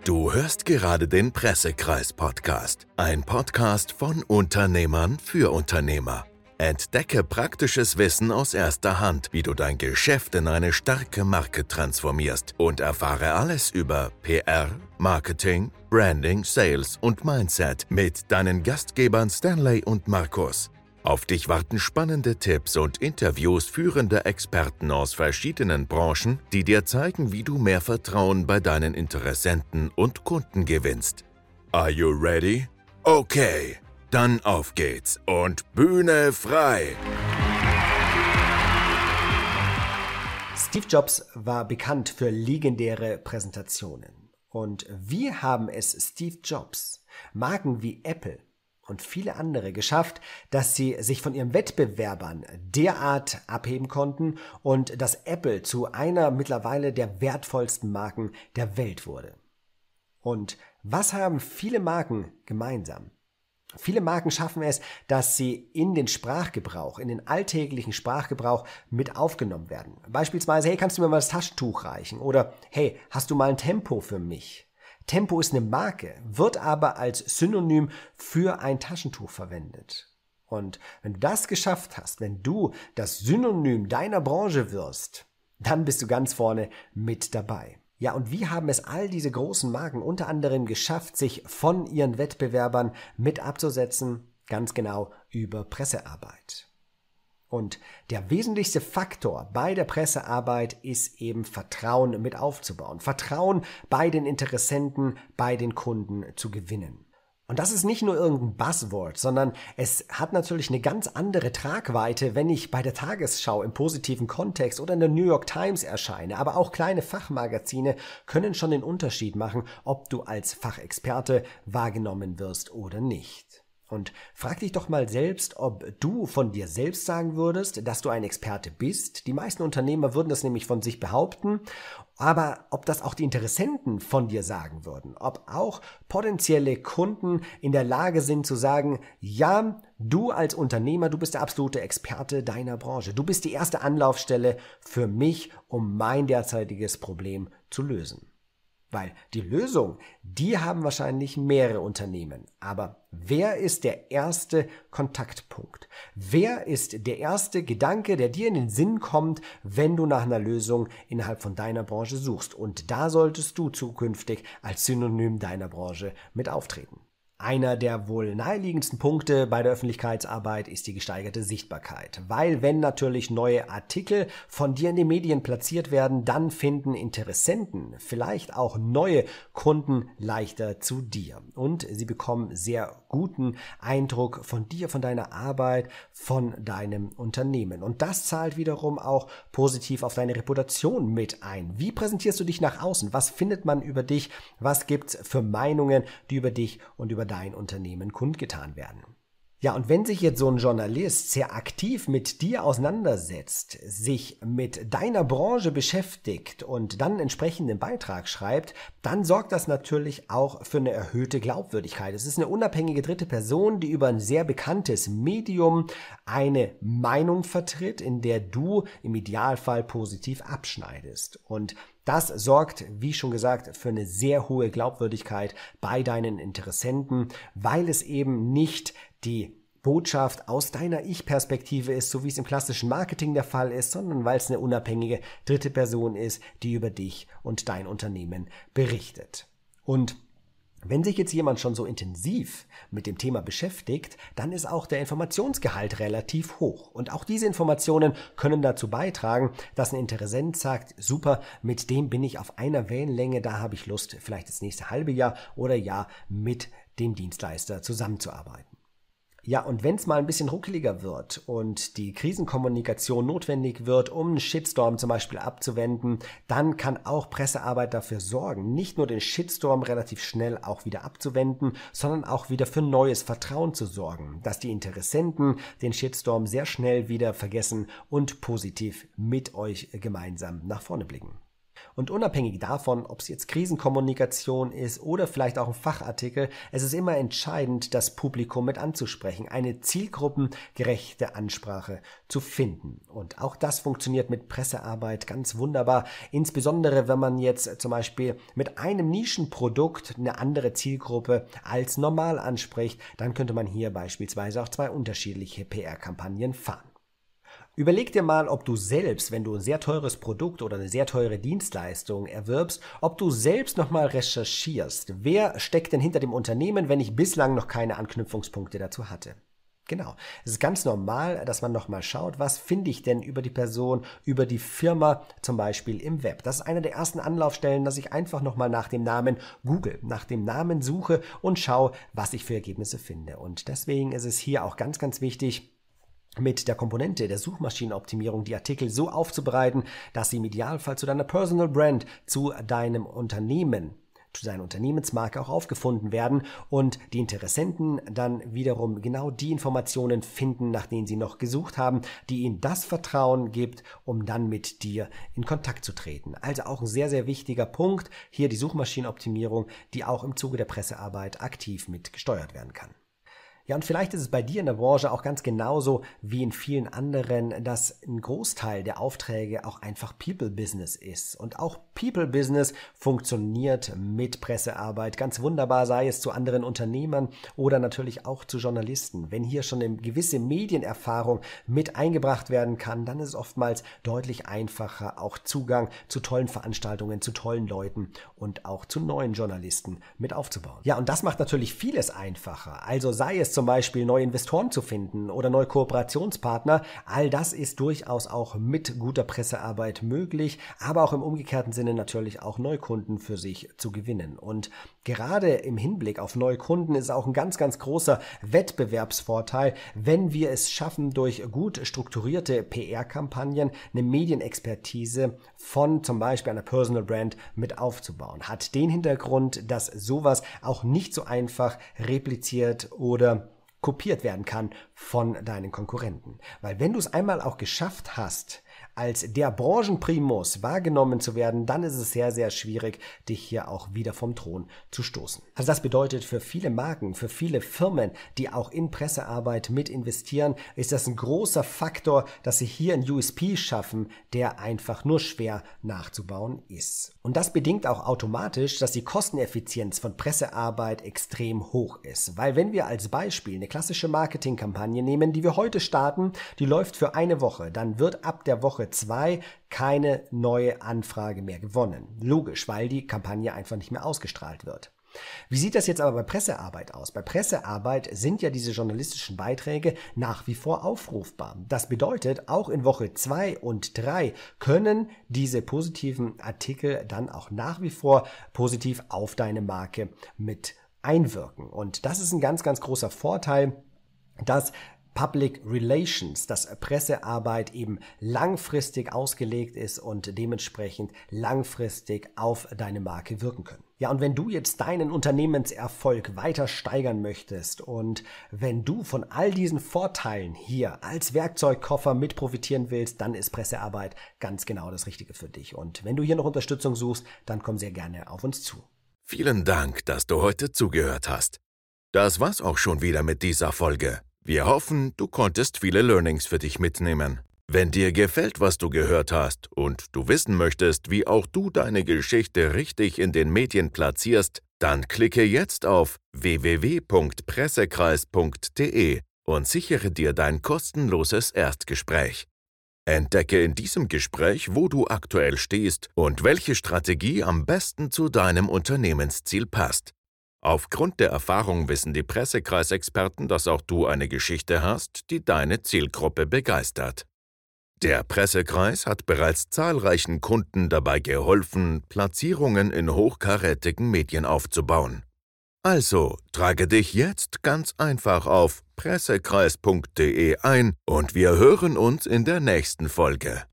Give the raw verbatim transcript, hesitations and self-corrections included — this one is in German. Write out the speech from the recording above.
Du hörst gerade den Pressekreis-Podcast, ein Podcast von Unternehmern für Unternehmer. Entdecke praktisches Wissen aus erster Hand, wie du dein Geschäft in eine starke Marke transformierst und erfahre alles über P R, Marketing, Branding, Sales und Mindset mit deinen Gastgebern Stanley und Markus. Auf dich warten spannende Tipps und Interviews führender Experten aus verschiedenen Branchen, die dir zeigen, wie du mehr Vertrauen bei deinen Interessenten und Kunden gewinnst. Are you ready? Okay, dann auf geht's und Bühne frei! Steve Jobs war bekannt für legendäre Präsentationen. Und wie haben es Steve Jobs, Marken wie Apple und viele andere geschafft, dass sie sich von ihren Wettbewerbern derart abheben konnten und dass Apple zu einer mittlerweile der wertvollsten Marken der Welt wurde. Und was haben viele Marken gemeinsam? Viele Marken schaffen es, dass sie in den Sprachgebrauch, in den alltäglichen Sprachgebrauch mit aufgenommen werden. Beispielsweise, hey, kannst du mir mal das Taschentuch reichen? Oder hey, hast du mal ein Tempo für mich? Tempo ist eine Marke, wird aber als Synonym für ein Taschentuch verwendet. Und wenn du das geschafft hast, wenn du das Synonym deiner Branche wirst, dann bist du ganz vorne mit dabei. Ja, und wie haben es all diese großen Marken unter anderem geschafft, sich von ihren Wettbewerbern mit abzusetzen? Ganz genau über Pressearbeit. Und der wesentlichste Faktor bei der Pressearbeit ist eben Vertrauen mit aufzubauen. Vertrauen bei den Interessenten, bei den Kunden zu gewinnen. Und das ist nicht nur irgendein Buzzword, sondern es hat natürlich eine ganz andere Tragweite, wenn ich bei der Tagesschau im positiven Kontext oder in der New York Times erscheine. Aber auch kleine Fachmagazine können schon den Unterschied machen, ob du als Fachexperte wahrgenommen wirst oder nicht. Und frag dich doch mal selbst, ob du von dir selbst sagen würdest, dass du ein Experte bist. Die meisten Unternehmer würden das nämlich von sich behaupten, aber ob das auch die Interessenten von dir sagen würden, ob auch potenzielle Kunden in der Lage sind zu sagen, ja, du als Unternehmer, du bist der absolute Experte deiner Branche. Du bist die erste Anlaufstelle für mich, um mein derzeitiges Problem zu lösen. Weil die Lösung, die haben wahrscheinlich mehrere Unternehmen. Aber wer ist der erste Kontaktpunkt? Wer ist der erste Gedanke, der dir in den Sinn kommt, wenn du nach einer Lösung innerhalb von deiner Branche suchst? Und da solltest du zukünftig als Synonym deiner Branche mit auftreten. Einer der wohl naheliegendsten Punkte bei der Öffentlichkeitsarbeit ist die gesteigerte Sichtbarkeit. Weil wenn natürlich neue Artikel von dir in den Medien platziert werden, dann finden Interessenten, vielleicht auch neue Kunden leichter zu dir. Und sie bekommen sehr guten Eindruck von dir, von deiner Arbeit, von deinem Unternehmen. Und das zahlt wiederum auch positiv auf deine Reputation mit ein. Wie präsentierst du dich nach außen? Was findet man über dich? Was gibt's für Meinungen, die über dich und über dein Unternehmen kundgetan werden? Ja, und wenn sich jetzt so ein Journalist sehr aktiv mit dir auseinandersetzt, sich mit deiner Branche beschäftigt und dann einen entsprechenden Beitrag schreibt, dann sorgt das natürlich auch für eine erhöhte Glaubwürdigkeit. Es ist eine unabhängige dritte Person, die über ein sehr bekanntes Medium eine Meinung vertritt, in der du im Idealfall positiv abschneidest. Und das sorgt, wie schon gesagt, für eine sehr hohe Glaubwürdigkeit bei deinen Interessenten, weil es eben nicht die Botschaft aus deiner Ich-Perspektive ist, so wie es im klassischen Marketing der Fall ist, sondern weil es eine unabhängige dritte Person ist, die über dich und dein Unternehmen berichtet. Und wenn sich jetzt jemand schon so intensiv mit dem Thema beschäftigt, dann ist auch der Informationsgehalt relativ hoch. Und auch diese Informationen können dazu beitragen, dass ein Interessent sagt, super, mit dem bin ich auf einer Wellenlänge, da habe ich Lust, vielleicht das nächste halbe Jahr oder Jahr mit dem Dienstleister zusammenzuarbeiten. Ja, und wenn es mal ein bisschen ruckeliger wird und die Krisenkommunikation notwendig wird, um einen Shitstorm zum Beispiel abzuwenden, dann kann auch Pressearbeit dafür sorgen, nicht nur den Shitstorm relativ schnell auch wieder abzuwenden, sondern auch wieder für neues Vertrauen zu sorgen, dass die Interessenten den Shitstorm sehr schnell wieder vergessen und positiv mit euch gemeinsam nach vorne blicken. Und unabhängig davon, ob es jetzt Krisenkommunikation ist oder vielleicht auch ein Fachartikel, es ist immer entscheidend, das Publikum mit anzusprechen, eine zielgruppengerechte Ansprache zu finden. Und auch das funktioniert mit Pressearbeit ganz wunderbar, insbesondere wenn man jetzt zum Beispiel mit einem Nischenprodukt eine andere Zielgruppe als normal anspricht, dann könnte man hier beispielsweise auch zwei unterschiedliche P R-Kampagnen fahren. Überleg dir mal, ob du selbst, wenn du ein sehr teures Produkt oder eine sehr teure Dienstleistung erwirbst, ob du selbst nochmal recherchierst, wer steckt denn hinter dem Unternehmen, wenn ich bislang noch keine Anknüpfungspunkte dazu hatte. Genau, es ist ganz normal, dass man nochmal schaut, was finde ich denn über die Person, über die Firma zum Beispiel im Web. Das ist eine der ersten Anlaufstellen, dass ich einfach nochmal nach dem Namen google, nach dem Namen suche und schaue, was ich für Ergebnisse finde. Und deswegen ist es hier auch ganz, ganz wichtig, mit der Komponente der Suchmaschinenoptimierung die Artikel so aufzubereiten, dass sie im Idealfall zu deiner Personal Brand, zu deinem Unternehmen, zu deiner Unternehmensmarke auch aufgefunden werden und die Interessenten dann wiederum genau die Informationen finden, nach denen sie noch gesucht haben, die ihnen das Vertrauen gibt, um dann mit dir in Kontakt zu treten. Also auch ein sehr, sehr wichtiger Punkt, hier die Suchmaschinenoptimierung, die auch im Zuge der Pressearbeit aktiv mit gesteuert werden kann. Ja, und vielleicht ist es bei dir in der Branche auch ganz genauso wie in vielen anderen, dass ein Großteil der Aufträge auch einfach People-Business ist. Und auch People-Business funktioniert mit Pressearbeit ganz wunderbar, sei es zu anderen Unternehmern oder natürlich auch zu Journalisten. Wenn hier schon eine gewisse Medienerfahrung mit eingebracht werden kann, dann ist es oftmals deutlich einfacher, auch Zugang zu tollen Veranstaltungen, zu tollen Leuten und auch zu neuen Journalisten mit aufzubauen. Ja, und das macht natürlich vieles einfacher. Also sei es zum Beispiel neue Investoren zu finden oder neue Kooperationspartner. All das ist durchaus auch mit guter Pressearbeit möglich, aber auch im umgekehrten Sinne natürlich auch Neukunden für sich zu gewinnen. Und gerade im Hinblick auf neue Kunden ist auch ein ganz, ganz großer Wettbewerbsvorteil, wenn wir es schaffen, durch gut strukturierte P R-Kampagnen eine Medienexpertise von zum Beispiel einer Personal Brand mit aufzubauen. Hat den Hintergrund, dass sowas auch nicht so einfach repliziert oder kopiert werden kann von deinen Konkurrenten. Weil wenn du es einmal auch geschafft hast, als der Branchenprimus wahrgenommen zu werden, dann ist es sehr, sehr schwierig, dich hier auch wieder vom Thron zu stoßen. Also das bedeutet für viele Marken, für viele Firmen, die auch in Pressearbeit mit investieren, ist das ein großer Faktor, dass sie hier einen U S P schaffen, der einfach nur schwer nachzubauen ist. Und das bedingt auch automatisch, dass die Kosteneffizienz von Pressearbeit extrem hoch ist. Weil wenn wir als Beispiel eine klassische Marketingkampagne nehmen, die wir heute starten, die läuft für eine Woche, dann wird ab der Woche zwei keine neue Anfrage mehr gewonnen. Logisch, weil die Kampagne einfach nicht mehr ausgestrahlt wird. Wie sieht das jetzt aber bei Pressearbeit aus? Bei Pressearbeit sind ja diese journalistischen Beiträge nach wie vor aufrufbar. Das bedeutet, auch in Woche zwei und drei können diese positiven Artikel dann auch nach wie vor positiv auf deine Marke mit einwirken. Und das ist ein ganz, ganz großer Vorteil, dass Public Relations, dass Pressearbeit eben langfristig ausgelegt ist und dementsprechend langfristig auf deine Marke wirken können. Ja, und wenn du jetzt deinen Unternehmenserfolg weiter steigern möchtest und wenn du von all diesen Vorteilen hier als Werkzeugkoffer mit profitieren willst, dann ist Pressearbeit ganz genau das Richtige für dich. Und wenn du hier noch Unterstützung suchst, dann komm sehr gerne auf uns zu. Vielen Dank, dass du heute zugehört hast. Das war's auch schon wieder mit dieser Folge. Wir hoffen, du konntest viele Learnings für dich mitnehmen. Wenn dir gefällt, was du gehört hast und du wissen möchtest, wie auch du deine Geschichte richtig in den Medien platzierst, dann klicke jetzt auf w w w punkt pressekreis punkt d e und sichere dir dein kostenloses Erstgespräch. Entdecke in diesem Gespräch, wo du aktuell stehst und welche Strategie am besten zu deinem Unternehmensziel passt. Aufgrund der Erfahrung wissen die Pressekreisexperten, dass auch du eine Geschichte hast, die deine Zielgruppe begeistert. Der Pressekreis hat bereits zahlreichen Kunden dabei geholfen, Platzierungen in hochkarätigen Medien aufzubauen. Also trage dich jetzt ganz einfach auf pressekreis punkt d e ein und wir hören uns in der nächsten Folge.